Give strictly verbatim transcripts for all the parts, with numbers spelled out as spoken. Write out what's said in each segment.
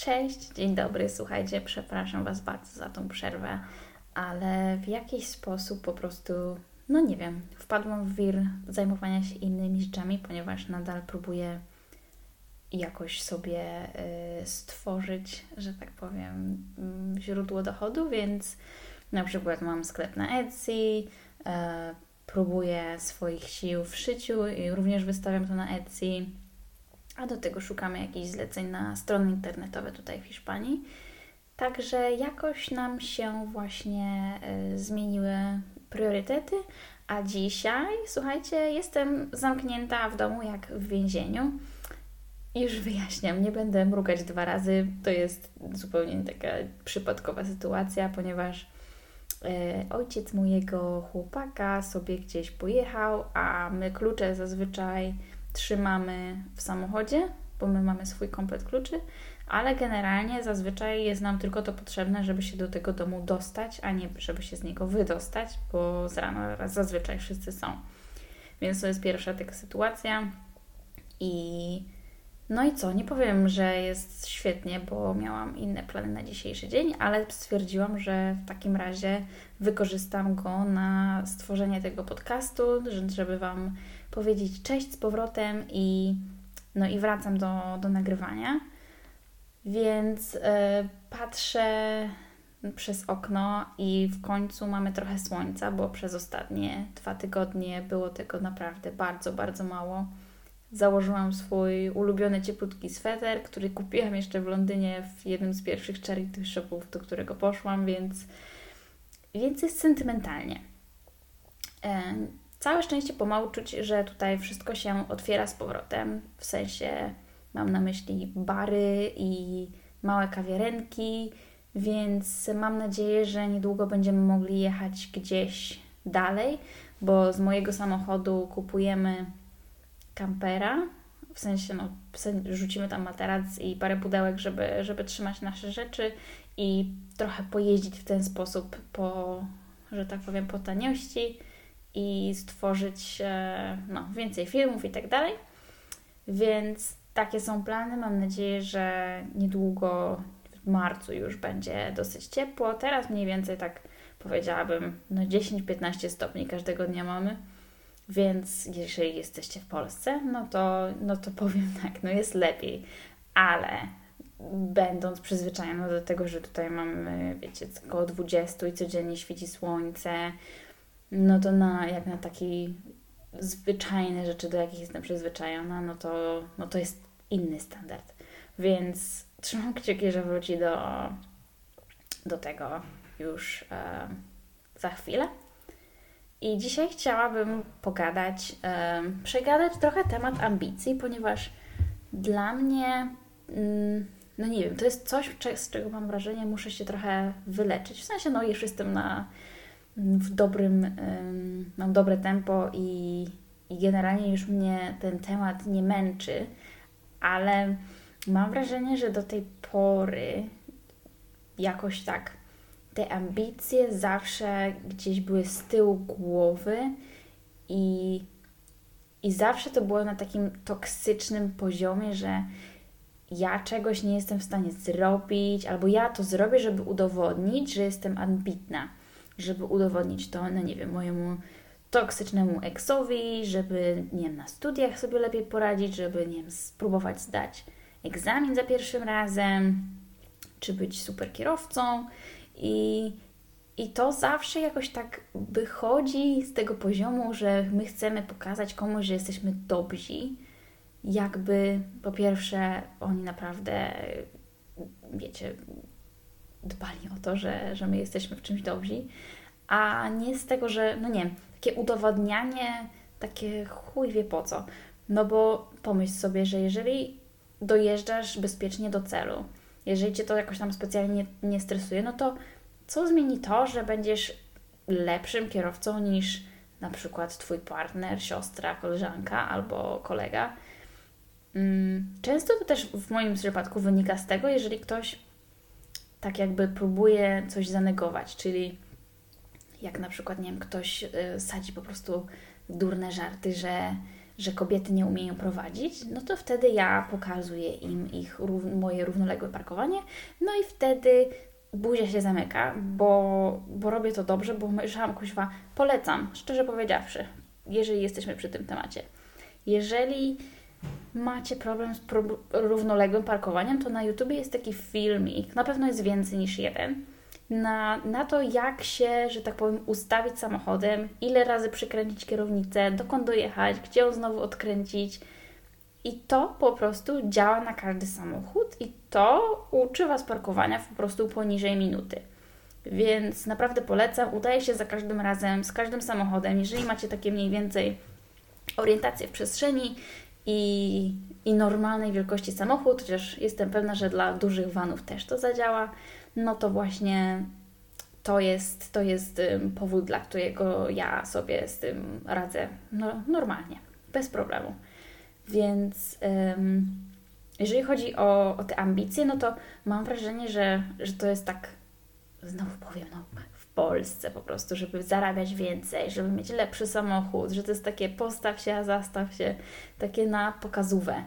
Cześć, dzień dobry, słuchajcie, przepraszam Was bardzo za tą przerwę, ale w jakiś sposób po prostu, no nie wiem, wpadłam w wir zajmowania się innymi rzeczami, ponieważ nadal próbuję jakoś sobie y, stworzyć, że tak powiem, y, źródło dochodu, więc na przykład mam sklep na Etsy, y, próbuję swoich sił w szyciu i również wystawiam to na Etsy. A do tego szukamy jakichś zleceń na strony internetowe tutaj w Hiszpanii. Także jakoś nam się właśnie y, zmieniły priorytety, a dzisiaj, słuchajcie, jestem zamknięta w domu jak w więzieniu. Już wyjaśniam, nie będę mrugać dwa razy, to jest zupełnie taka przypadkowa sytuacja, ponieważ y, ojciec mojego chłopaka sobie gdzieś pojechał, a my klucze zazwyczaj trzymamy w samochodzie, bo my mamy swój komplet kluczy, ale generalnie zazwyczaj jest nam tylko to potrzebne, żeby się do tego domu dostać, a nie żeby się z niego wydostać, bo z rana zazwyczaj wszyscy są. Więc to jest pierwsza taka sytuacja i no i co, nie powiem, że jest świetnie, bo miałam inne plany na dzisiejszy dzień, ale stwierdziłam, że w takim razie wykorzystam go na stworzenie tego podcastu, żeby Wam powiedzieć cześć z powrotem i no i wracam do, do nagrywania. Więc yy, patrzę przez okno i w końcu mamy trochę słońca, bo przez ostatnie dwa tygodnie było tego naprawdę bardzo, bardzo mało. Założyłam swój ulubiony cieplutki sweter, który kupiłam jeszcze w Londynie w jednym z pierwszych charity shopów, do którego poszłam, więc, więc jest sentymentalnie. E, całe szczęście pomału czuć, że tutaj wszystko się otwiera z powrotem, w sensie mam na myśli bary i małe kawiarenki, więc mam nadzieję, że niedługo będziemy mogli jechać gdzieś dalej, bo z mojego samochodu kupujemy kampera, w sensie no, rzucimy tam materac i parę pudełek, żeby, żeby trzymać nasze rzeczy i trochę pojeździć w ten sposób po, że tak powiem, po taniości i stworzyć no, więcej filmów i tak dalej. Więc takie są plany. Mam nadzieję, że niedługo w marcu już będzie dosyć ciepło. Teraz mniej więcej tak powiedziałabym, no dziesięć do piętnastu stopni każdego dnia mamy. Więc jeżeli jesteście w Polsce, no to, no to powiem tak, no jest lepiej, ale będąc przyzwyczajona do tego, że tutaj mamy, wiecie, około dwudziestu i codziennie świeci słońce, no to na, jak na takie zwyczajne rzeczy, do jakich jestem przyzwyczajona, no to, no to jest inny standard. Więc trzymam kciuki, że wróci do, do tego już e, za chwilę. I dzisiaj chciałabym pogadać, um, przegadać trochę temat ambicji, ponieważ dla mnie, um, no nie wiem, to jest coś, z czego mam wrażenie, muszę się trochę wyleczyć. W sensie, no już jestem na, w dobrym, um, mam dobre tempo i, i generalnie już mnie ten temat nie męczy, ale mam wrażenie, że do tej pory jakoś tak te ambicje zawsze gdzieś były z tyłu głowy i, i zawsze to było na takim toksycznym poziomie, że ja czegoś nie jestem w stanie zrobić, albo ja to zrobię, żeby udowodnić, że jestem ambitna, żeby udowodnić to, no nie wiem, mojemu toksycznemu eksowi, żeby, nie wiem, na studiach sobie lepiej poradzić, żeby, nie wiem, spróbować zdać egzamin za pierwszym razem, czy być super kierowcą. I, I to zawsze jakoś tak wychodzi z tego poziomu, że my chcemy pokazać komuś, że jesteśmy dobrzy. Jakby po pierwsze oni naprawdę, wiecie, dbali o to, że, że my jesteśmy w czymś dobrzy, a nie z tego, że, no nie wiem, takie udowodnianie, takie chuj wie po co. No bo pomyśl sobie, że jeżeli dojeżdżasz bezpiecznie do celu, jeżeli Cię to jakoś tam specjalnie nie, nie stresuje, no to co zmieni to, że będziesz lepszym kierowcą niż na przykład Twój partner, siostra, koleżanka albo kolega? Często to też w moim przypadku wynika z tego, jeżeli ktoś tak jakby próbuje coś zanegować, czyli jak na przykład, nie wiem, ktoś sadzi po prostu durne żarty, że że kobiety nie umieją prowadzić, no to wtedy ja pokazuję im ich moje równoległe parkowanie, no i wtedy buzia się zamyka, bo, bo robię to dobrze, bo myślałam, kuźwa, polecam, szczerze powiedziawszy, jeżeli jesteśmy przy tym temacie. Jeżeli macie problem z pro- równoległym parkowaniem, to na YouTubie jest taki filmik, na pewno jest więcej niż jeden, na, na to, jak się, że tak powiem, ustawić samochodem, ile razy przykręcić kierownicę, dokąd dojechać, gdzie ją znowu odkręcić. I to po prostu działa na każdy samochód i to uczy Was parkowania po prostu poniżej minuty. Więc naprawdę polecam, udaje się za każdym razem, z każdym samochodem, jeżeli macie takie mniej więcej orientację w przestrzeni i, i normalnej wielkości samochód, chociaż jestem pewna, że dla dużych vanów też to zadziała, no to właśnie to jest, to jest powód, dla którego ja sobie z tym radzę no, normalnie, bez problemu. Więc um, jeżeli chodzi o, o te ambicje, no to mam wrażenie, że, że to jest tak, znowu powiem, no, w Polsce po prostu, żeby zarabiać więcej, żeby mieć lepszy samochód, że to jest takie postaw się, a zastaw się, takie na pokazówę.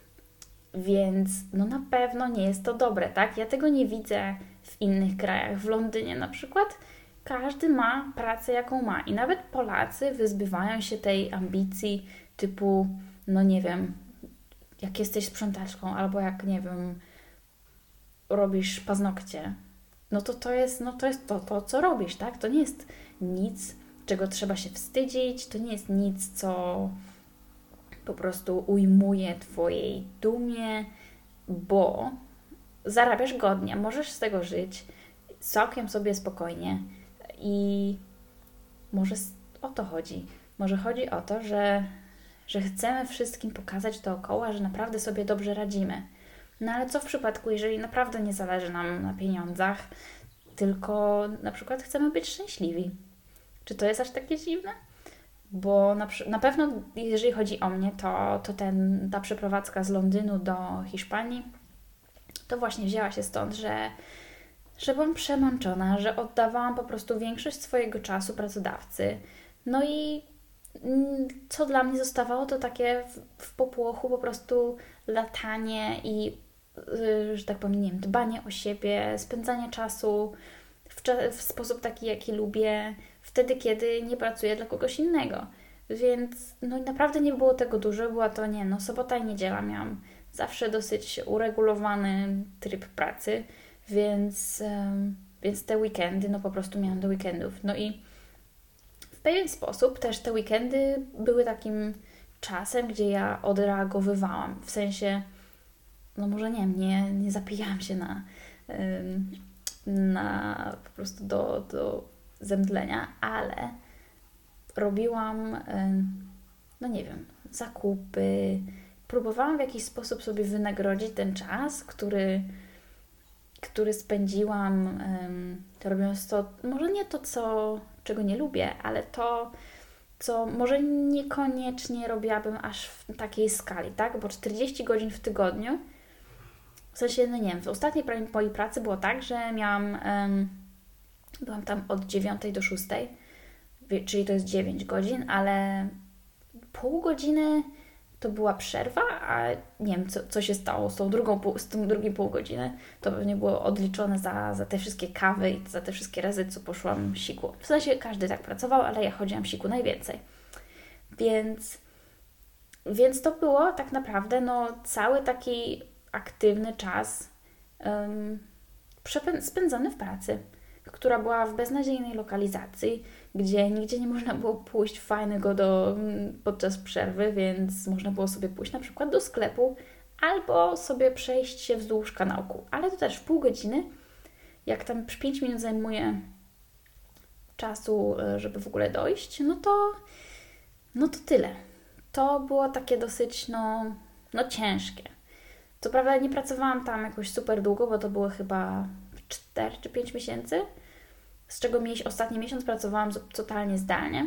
Więc no na pewno nie jest to dobre, tak? Ja tego nie widzę w innych krajach. W Londynie na przykład każdy ma pracę, jaką ma. I nawet Polacy wyzbywają się tej ambicji typu, no nie wiem, jak jesteś sprzątaczką albo jak, nie wiem, robisz paznokcie, no to to jest, no to, jest to, to, co robisz, tak? To nie jest nic, czego trzeba się wstydzić, to nie jest nic, co po prostu ujmuje Twojej dumie, bo zarabiasz godnie, możesz z tego żyć całkiem sobie spokojnie i może o to chodzi. Może chodzi o to, że, że chcemy wszystkim pokazać dookoła, że naprawdę sobie dobrze radzimy. No ale co w przypadku, jeżeli naprawdę nie zależy nam na pieniądzach, tylko na przykład chcemy być szczęśliwi? Czy to jest aż takie dziwne? Bo na, na pewno, jeżeli chodzi o mnie, to, to ten, ta przeprowadzka z Londynu do Hiszpanii to właśnie wzięła się stąd, że, że byłam przemęczona, że oddawałam po prostu większość swojego czasu pracodawcy. No i co dla mnie zostawało, to takie w, w popłochu po prostu latanie i, yy, że tak powiem, nie wiem, dbanie o siebie, spędzanie czasu w, w sposób taki, jaki lubię, wtedy, kiedy nie pracuję dla kogoś innego. Więc no naprawdę nie było tego dużo, była to, nie no, sobota i niedziela miałam zawsze dosyć uregulowany tryb pracy, więc, um, więc te weekendy, no po prostu miałam do weekendów. No i w pewien sposób też te weekendy były takim czasem, gdzie ja odreagowywałam, w sensie, no może nie, nie, nie zapijałam się na, um, na po prostu do, do zemdlenia, ale robiłam, no nie wiem, zakupy, próbowałam w jakiś sposób sobie wynagrodzić ten czas, który, który spędziłam, to robiąc to, może nie to, co, czego nie lubię, ale to, co może niekoniecznie robiłabym aż w takiej skali, tak? Bo czterdzieści godzin w tygodniu, w sensie, no nie wiem, w ostatniej mojej pracy było tak, że miałam, um, byłam tam od dziewiątej do szóstej, czyli to jest dziewięć godzin, ale pół godziny to była przerwa, a nie wiem, co, co się stało z tą drugą, pół, z tym drugim pół godziny. To pewnie było odliczone za, za te wszystkie kawy i za te wszystkie razy, co poszłam siku. W sensie każdy tak pracował, ale ja chodziłam siku najwięcej. Więc, więc to było tak naprawdę no, cały taki aktywny czas um, spędzony w pracy, która była w beznadziejnej lokalizacji, gdzie nigdzie nie można było pójść fajnego do, podczas przerwy, więc można było sobie pójść na przykład do sklepu albo sobie przejść się wzdłuż kanałku. Ale to też w pół godziny, jak tam pięć minut zajmuje czasu, żeby w ogóle dojść, no to, no to tyle. To było takie dosyć no, no ciężkie. Co prawda nie pracowałam tam jakoś super długo, bo to było chyba cztery czy pięć miesięcy, z czego ostatni miesiąc pracowałam totalnie zdalnie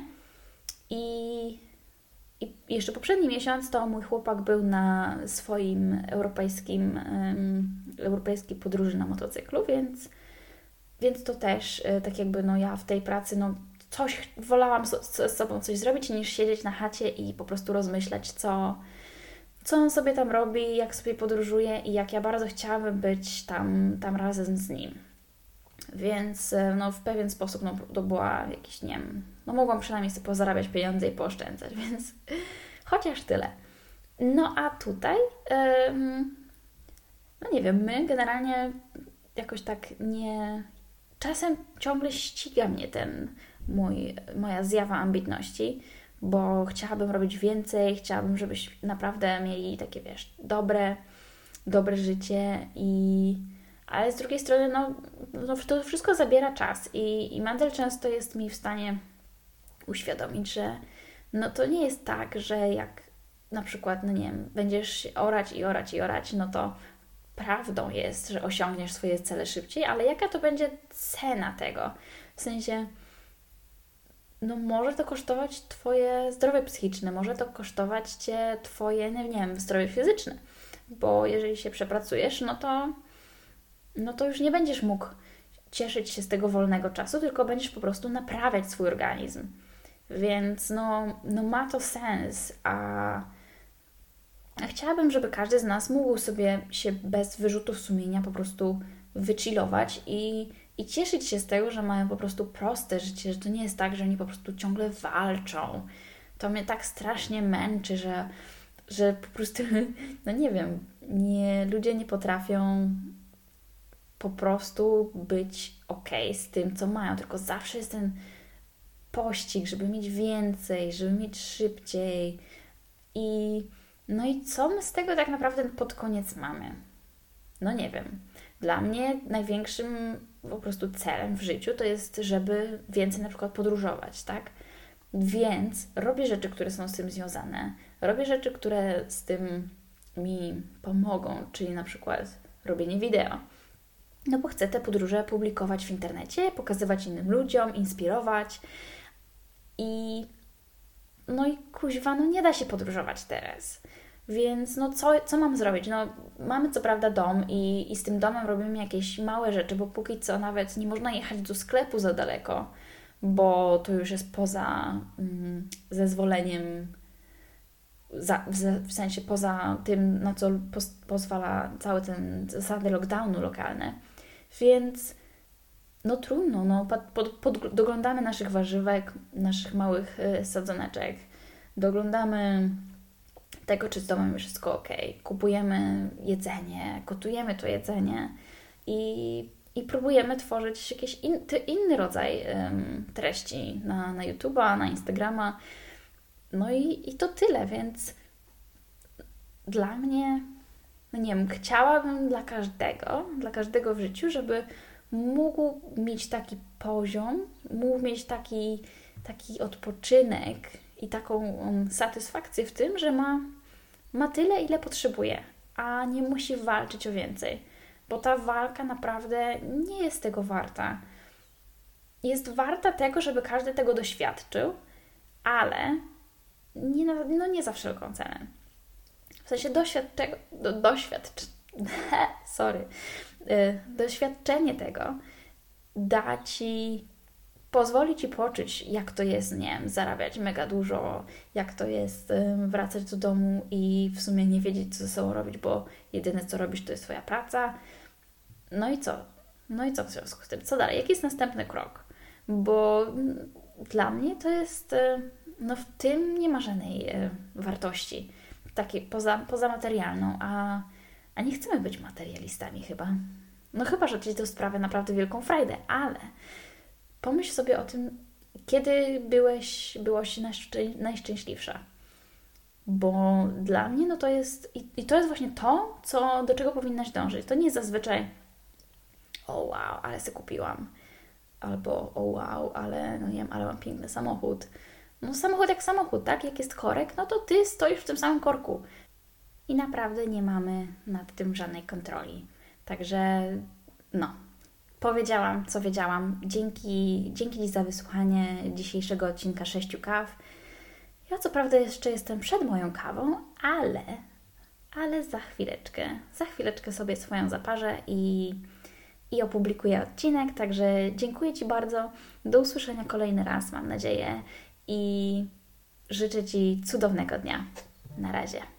i, i jeszcze poprzedni miesiąc to mój chłopak był na swoim europejskim um, europejskiej podróży na motocyklu, więc, więc to też tak jakby no ja w tej pracy no coś, wolałam z, z sobą coś zrobić, niż siedzieć na chacie i po prostu rozmyślać, co, co on sobie tam robi, jak sobie podróżuje i jak ja bardzo chciałabym być tam, tam razem z nim. Więc no, w pewien sposób no, to była jakiś, nie wiem, no mogłam przynajmniej sobie pozarabiać pieniądze i pooszczędzać, więc chociaż tyle. No a tutaj, ym, no nie wiem, my generalnie jakoś tak nie... Czasem ciągle ściga mnie ten mój, moja zjawa ambitności, bo chciałabym robić więcej, chciałabym, żebyśmy naprawdę mieli takie, wiesz, dobre, dobre życie i... Ale z drugiej strony, no, no to wszystko zabiera czas i, i Mandel często jest mi w stanie uświadomić, że no to nie jest tak, że jak na przykład, no nie wiem, będziesz orać i orać i orać, no to prawdą jest, że osiągniesz swoje cele szybciej, ale jaka to będzie cena tego? W sensie, no może to kosztować Twoje zdrowie psychiczne, może to kosztować Cię Twoje, nie wiem, zdrowie fizyczne, bo jeżeli się przepracujesz, no to no to już nie będziesz mógł cieszyć się z tego wolnego czasu, tylko będziesz po prostu naprawiać swój organizm. Więc no, no ma to sens, a a chciałabym, żeby każdy z nas mógł sobie się bez wyrzutów sumienia po prostu wychillować i, i cieszyć się z tego, że mają po prostu proste życie, że to nie jest tak, że oni po prostu ciągle walczą. To mnie tak strasznie męczy, że, że po prostu, no nie wiem, nie, ludzie nie potrafią po prostu być okej z tym, co mają, tylko zawsze jest ten pościg, żeby mieć więcej, żeby mieć szybciej i no i co my z tego tak naprawdę pod koniec mamy? No nie wiem. Dla mnie największym po prostu celem w życiu to jest, żeby więcej na przykład podróżować, tak? Więc robię rzeczy, które są z tym związane. Robię rzeczy, które z tym mi pomogą, czyli na przykład robienie wideo. No bo chcę te podróże publikować w internecie, pokazywać innym ludziom, inspirować i no i kuźwa, no nie da się podróżować teraz. Więc no co, co mam zrobić? No mamy co prawda dom i, i z tym domem robimy jakieś małe rzeczy, bo póki co nawet nie można jechać do sklepu za daleko, bo to już jest poza mm, zezwoleniem, za, w, w sensie poza tym, na co poz, pozwala cały ten zasady lockdownu lokalne. Więc no trudno, no, pod, pod, pod, doglądamy naszych warzywek, naszych małych y, sadzoneczek, doglądamy tego, czy z domem jest wszystko ok, kupujemy jedzenie, gotujemy to jedzenie i, i próbujemy tworzyć jakiś in, inny rodzaj ym, treści na, na YouTube'a, na Instagrama, no i, i to tyle, więc dla mnie, no nie wiem, chciałabym dla każdego, dla każdego w życiu, żeby mógł mieć taki poziom, mógł mieć taki, taki odpoczynek i taką um, satysfakcję w tym, że ma, ma tyle, ile potrzebuje, a nie musi walczyć o więcej, bo ta walka naprawdę nie jest tego warta. Jest warta tego, żeby każdy tego doświadczył, ale nie, no nie za wszelką cenę. W sensie doświadczego, do, doświadcz, sorry, doświadczenie tego da Ci, pozwoli Ci poczuć, jak to jest, nie wiem, zarabiać mega dużo, jak to jest wracać do domu i w sumie nie wiedzieć, co ze sobą robić, bo jedyne, co robisz, to jest Twoja praca. No i co? No i co w związku z tym? Co dalej? Jaki jest następny krok? Bo dla mnie to jest, no w tym nie ma żadnej wartości, takiej poza, pozamaterialną, a, a nie chcemy być materialistami chyba. No chyba, że Ci to sprawia naprawdę wielką frajdę, ale pomyśl sobie o tym, kiedy byłeś, byłaś najszczę- najszczęśliwsza. Bo dla mnie no to jest, i, i to jest właśnie to, co, do czego powinnaś dążyć. To nie jest zazwyczaj o wow, ale sobie kupiłam. Albo o wow, ale no nie wiem, ale mam piękny samochód. No samochód jak samochód, tak? Jak jest korek, no to Ty stoisz w tym samym korku. I naprawdę nie mamy nad tym żadnej kontroli. Także no, powiedziałam, co wiedziałam. Dzięki, dzięki Ci za wysłuchanie dzisiejszego odcinka Sześciu Kaw. Ja co prawda jeszcze jestem przed moją kawą, ale, ale za chwileczkę, za chwileczkę sobie swoją zaparzę i, i opublikuję odcinek, także dziękuję Ci bardzo. Do usłyszenia kolejny raz, mam nadzieję, i życzę Ci cudownego dnia. Na razie.